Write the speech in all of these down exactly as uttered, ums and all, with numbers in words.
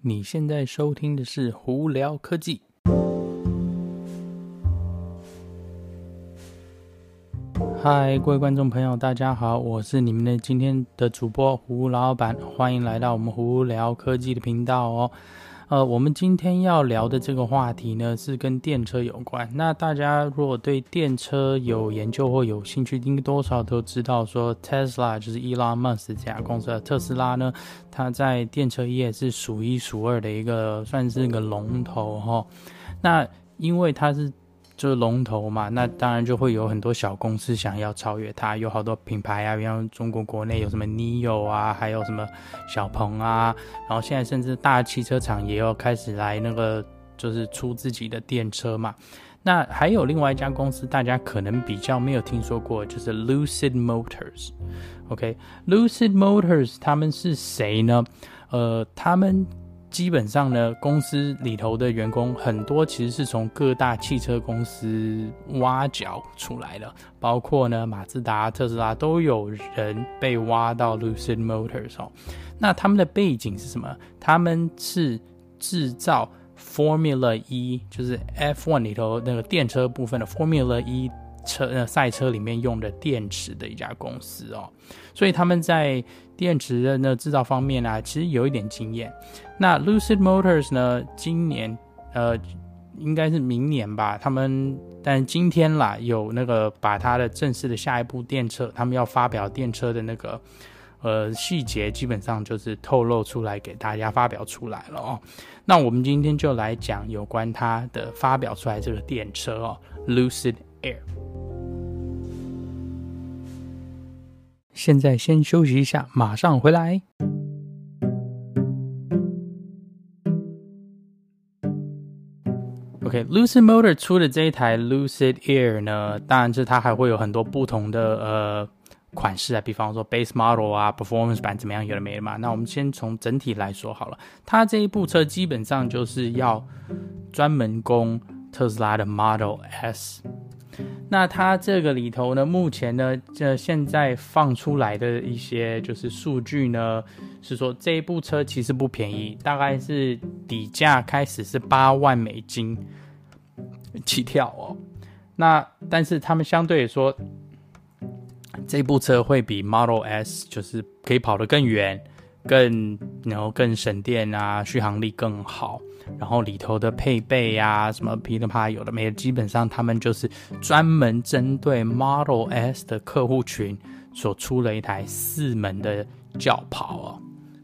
你现在收听的是胡聊科技。嗨，各位观众朋友，大家好，我是你们的今天的主播胡老板，欢迎来到我们胡聊科技的频道哦。呃，我们今天要聊的这个话题呢，是跟电车有关。那大家如果对电车有研究或有兴趣，应该多少都知道说 Tesla 就是 Elon Musk 这家公司的特斯拉呢，它在电车业是数一数二的一个，算是一个龙头齁。那因为它是就是龙头嘛，那当然就会有很多小公司想要超越它，有好多品牌啊，比方中国国内有什么 N I O 啊，还有什么小鹏啊，然后现在甚至大汽车厂也要开始来那个就是出自己的电车嘛。那还有另外一家公司大家可能比较没有听说过，就是 Lucid Motors。 OK， Lucid Motors 他们是谁呢？呃，他们基本上呢，公司里头的员工很多其实是从各大汽车公司挖角出来的，包括呢马自达、特斯拉都有人被挖到 Lucid Motors 哦。那他们的背景是什么？他们是制造 Formula 一，就是 F 一 里头那个电车部分的 Formula 一车呃赛车里面用的电池的一家公司哦，所以他们在电池的那制造方面啊，其实有一点经验。那 Lucid Motors 呢，今年呃应该是明年吧，他们但今天啦有那个把他的正式的下一部电车，他们要发表电车的那个呃细节，基本上就是透露出来给大家发表出来了哦。那我们今天就来讲有关他的发表出来这个电车哦 ，Lucid Air。现在先休息一下，马上回来。OK， Lucid Motors 出的这一台 Lucid Air 呢，当然是它还会有很多不同的呃款式啊，比方说 Base Model 啊 Performance 版怎么样，有的没的嘛。那我们先从整体来说好了，它这一部车基本上就是要专门供特斯拉的 Model S。那它这个里头呢，目前呢，这现在放出来的一些就是数据呢，是说这一部车其实不便宜，大概是底价开始是八万美金起跳哦。那但是他们相对来说，这部车会比 Model S 就是可以跑得更远，更然后更省电啊，续航力更好。然后里头的配备啊，什么噼里啪啦有的没的，基本上他们就是专门针对 Model S 的客户群所出了一台四门的轿跑哦。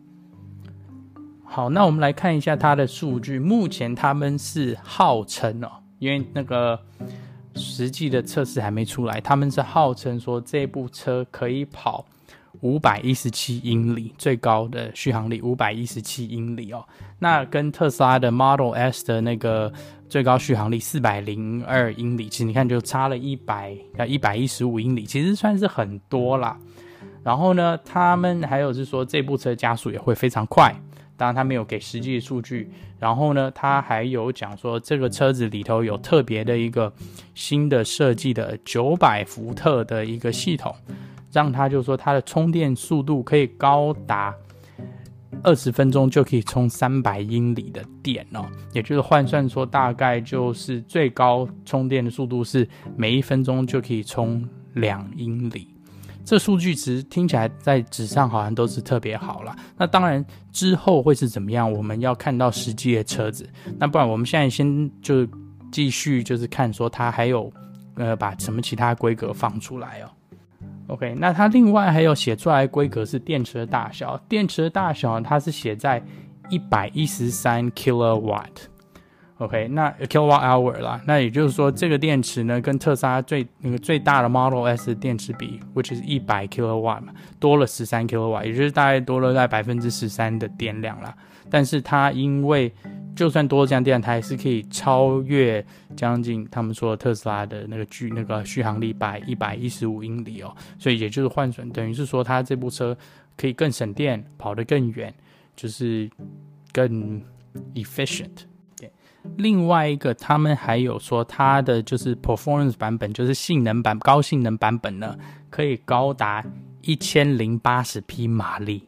好，那我们来看一下它的数据。目前他们是号称哦，因为那个实际的测试还没出来，他们是号称说这部车可以跑五百一十七英里，最高的续航力五百一十七英里哦。那跟特斯拉的 Model S 的那个最高续航力四百零二英里，其实你看就差了一百一百一十五英里，其实算是很多啦。然后呢，他们还有是说这部车加速也会非常快，当然他没有给实际的数据。然后呢，他还有讲说这个车子里头有特别的一个新的设计的九百伏特的一个系统，让它就说它的充电速度可以高达二十分钟就可以充三百英里的电哦，也就是换算说大概就是最高充电的速度是每一分钟就可以充两英里。这数据其实听起来在纸上好像都是特别好啦，那当然之后会是怎么样，我们要看到实际的车子。那不然我们现在先就继续就是看说它还有呃把什么其他规格放出来哦。OK， 那它另外还有写出来的规格是电池的大小，电池的大小它是写在一百一十三 kilowatt。OK， 那 kilowatt hour 啦，那也就是说这个电池呢跟特斯拉最那个最大的 Model S 的电池比 ，which is 一百 kilowatt 嘛，多了十三 kilowatt， 也就是大概多了在百分之十三的电量啦。但是它因为就算多了这样电，它还是可以超越将近他们说特斯拉的那个距那个续航力百一百一十五英里哦，所以也就是换算等于是说它这部车可以更省电，跑得更远，就是更 efficient。另外一个，他们还有说它的就是 performance 版本，就是性能版高性能版本呢，可以高达一千零八十匹马力。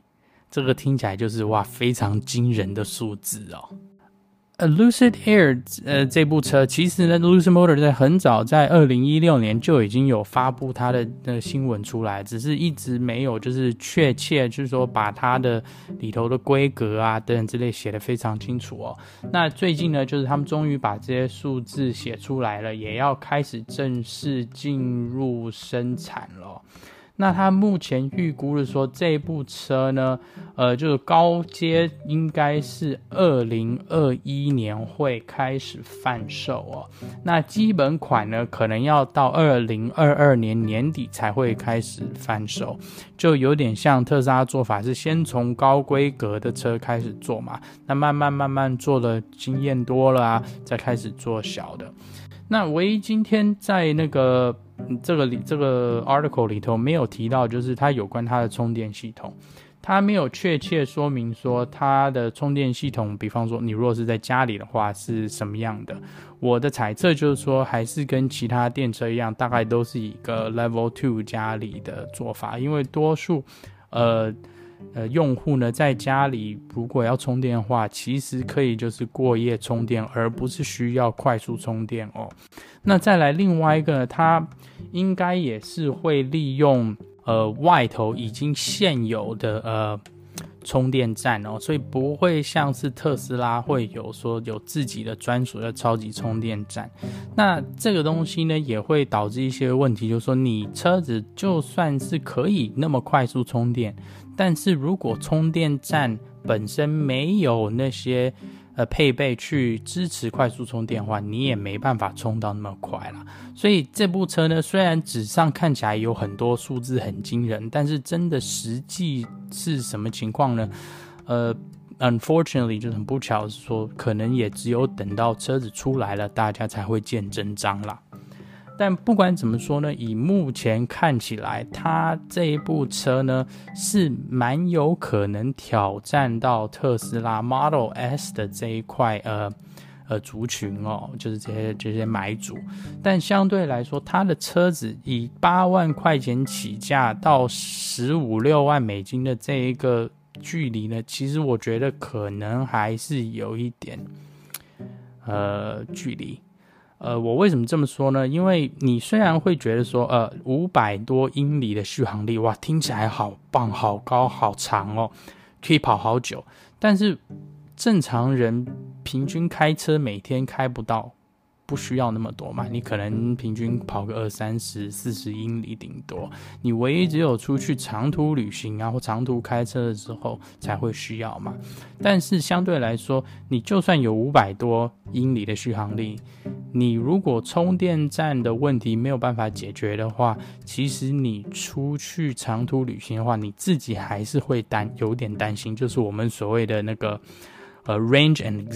这个听起来就是哇非常惊人的数字哦。呃 Lucid Air 呃这部车其实呢 Lucid Motors 在很早在二零一六年就已经有发布它的那个新闻出来，只是一直没有就是确切就是说把它的里头的规格啊等等之类写得非常清楚哦。那最近呢就是他们终于把这些数字写出来了，也要开始正式进入生产了。那他目前预估的说这部车呢，呃，就是高阶应该是二零二一年会开始贩售哦。那基本款呢，可能要到二零二二年年底才会开始贩售，就有点像特斯拉做法是先从高规格的车开始做嘛，那慢慢慢慢做的经验多了啊，再开始做小的。那唯一今天在那个这个里这个 article 里头没有提到，就是它有关它的充电系统，它没有确切说明说它的充电系统，比方说你如果是在家里的话是什么样的。我的猜测就是说，还是跟其他电车一样，大概都是一个 level 二家里的做法，因为多数呃。呃，用户呢在家里如果要充电的话，其实可以就是过夜充电，而不是需要快速充电哦。那再来另外一个呢，它应该也是会利用呃外头已经现有的呃充电站哦，所以不会像是特斯拉会有说有自己的专属的超级充电站。那这个东西呢也会导致一些问题，就是说你车子就算是可以那么快速充电，但是如果充电站本身没有那些呃配备去支持快速充电的话，你也没办法充到那么快啦。所以这部车呢，虽然纸上看起来有很多数字很惊人，但是真的实际是什么情况呢？呃 unfortunately 就是很不巧是说，可能也只有等到车子出来了，大家才会见真章啦。但不管怎么说呢，以目前看起来，它这一部车呢是蛮有可能挑战到特斯拉 Model S 的这一块呃呃族群哦，就是这些这些买主。但相对来说，它的车子以八万块钱起价到十五六万美金的这一个距离呢，其实我觉得可能还是有一点呃距离。呃，我为什么这么说呢？因为你虽然会觉得说，呃，五百多英里的续航力，哇，听起来好棒、好高、好长哦，可以跑好久。但是正常人平均开车每天开不到，不需要那么多嘛，你可能平均跑个二三十、四十英里顶多。你唯一只有出去长途旅行啊或长途开车的时候才会需要嘛。但是相对来说，你就算有五百多英里的续航力，你如果充电站的问题没有办法解决的话，其实你出去长途旅行的话，你自己还是会担有点担心，就是我们所谓的那个呃 range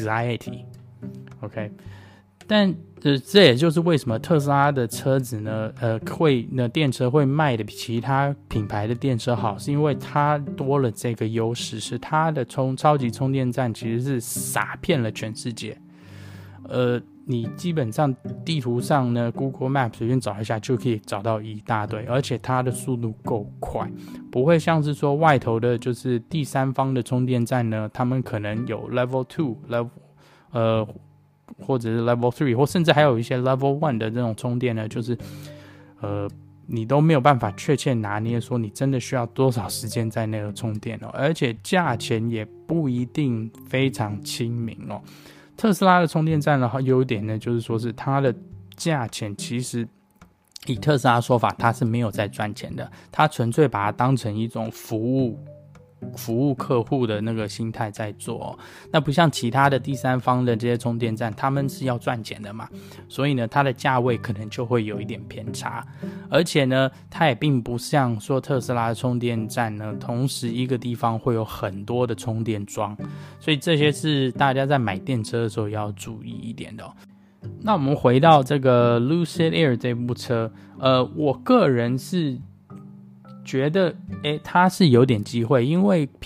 anxiety。OK。但呃，这也就是为什么特斯拉的车子呢，呃，会呢电车会卖的比其他品牌的电车好，是因为它多了这个优势，是它的充超级充电站其实是撒遍了全世界。呃，你基本上地图上呢 ，Google Map 随便找一下就可以找到一大堆，而且它的速度够快，不会像是说外头的就是第三方的充电站呢，他们可能有 Level 二 Level 呃。或者是 level 三，或甚至还有一些 level 一的这种充电呢，就是呃，你都没有办法确切拿捏说你真的需要多少时间在那个充电哦，而且价钱也不一定非常亲民哦。特斯拉的充电站的话，优点呢就是说是它的价钱其实以特斯拉说法，它是没有在赚钱的，它纯粹把它当成一种服务。服务客户的那个心态在做、哦，那不像其他的第三方的这些充电站，他们是要赚钱的嘛，所以呢，它的价位可能就会有一点偏差，而且呢，它也并不像说特斯拉的充电站呢，同时一个地方会有很多的充电桩，所以这些是大家在买电车的时候要注意一点的、哦。那我们回到这个 Lucid Air 这部车，呃，我个人是。觉得诶它是有点机会，因为比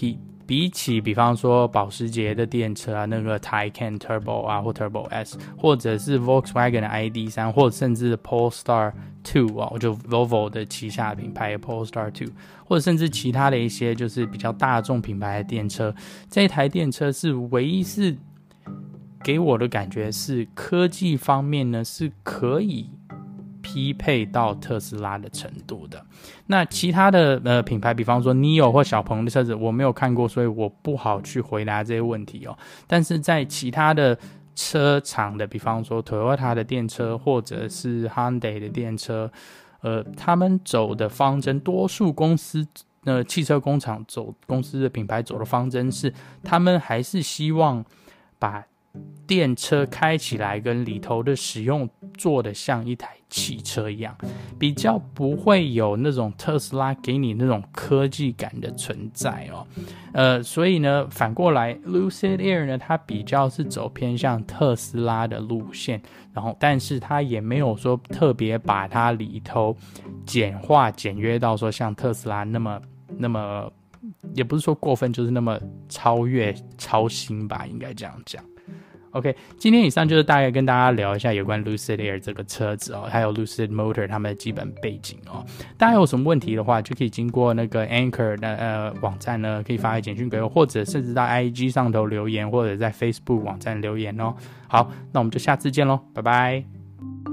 比起比方说保时捷的电车啊，那个 Taycan Turbo 啊或 Turbo S， 或者是 Volkswagen 的 I D 三， 或者甚至 Polestar 二啊，就 Volvo 的旗下品牌 Polestar 二，或者甚至其他的一些就是比较大众品牌的电车，这一台电车是唯一是给我的感觉是科技方面呢是可以匹配到特斯拉的程度的。那其他的呃品牌，比方说 N I O 或小鹏的车子，我没有看过，所以我不好去回答这些问题哦。但是在其他的车厂的，比方说 Toyota 的电车，或者是 Hyundai 的电车，呃，他们走的方针，多数公司呃汽车工厂走公司的品牌走的方针是，他们还是希望把电车开起来跟里头的使用做的像一台汽车一样，比较不会有那种特斯拉给你那种科技感的存在哦。呃，所以呢，反过来 Lucid Air 呢，它比较是走偏向特斯拉的路线，然后但是它也没有说特别把它里头简化简约到说像特斯拉那么那么，也不是说过分，就是那么超越超新吧，应该这样讲。OK， 今天以上就是大概跟大家聊一下有关 Lucid Air 这个车子哦，还有 Lucid Motor 他们的基本背景哦。大家有什么问题的话，就可以经过那个 Anchor 的呃网站呢，可以发简讯给我，或者甚至到 I G 上头留言，或者在 Facebook 网站留言哦。好，那我们就下次见咯，拜拜。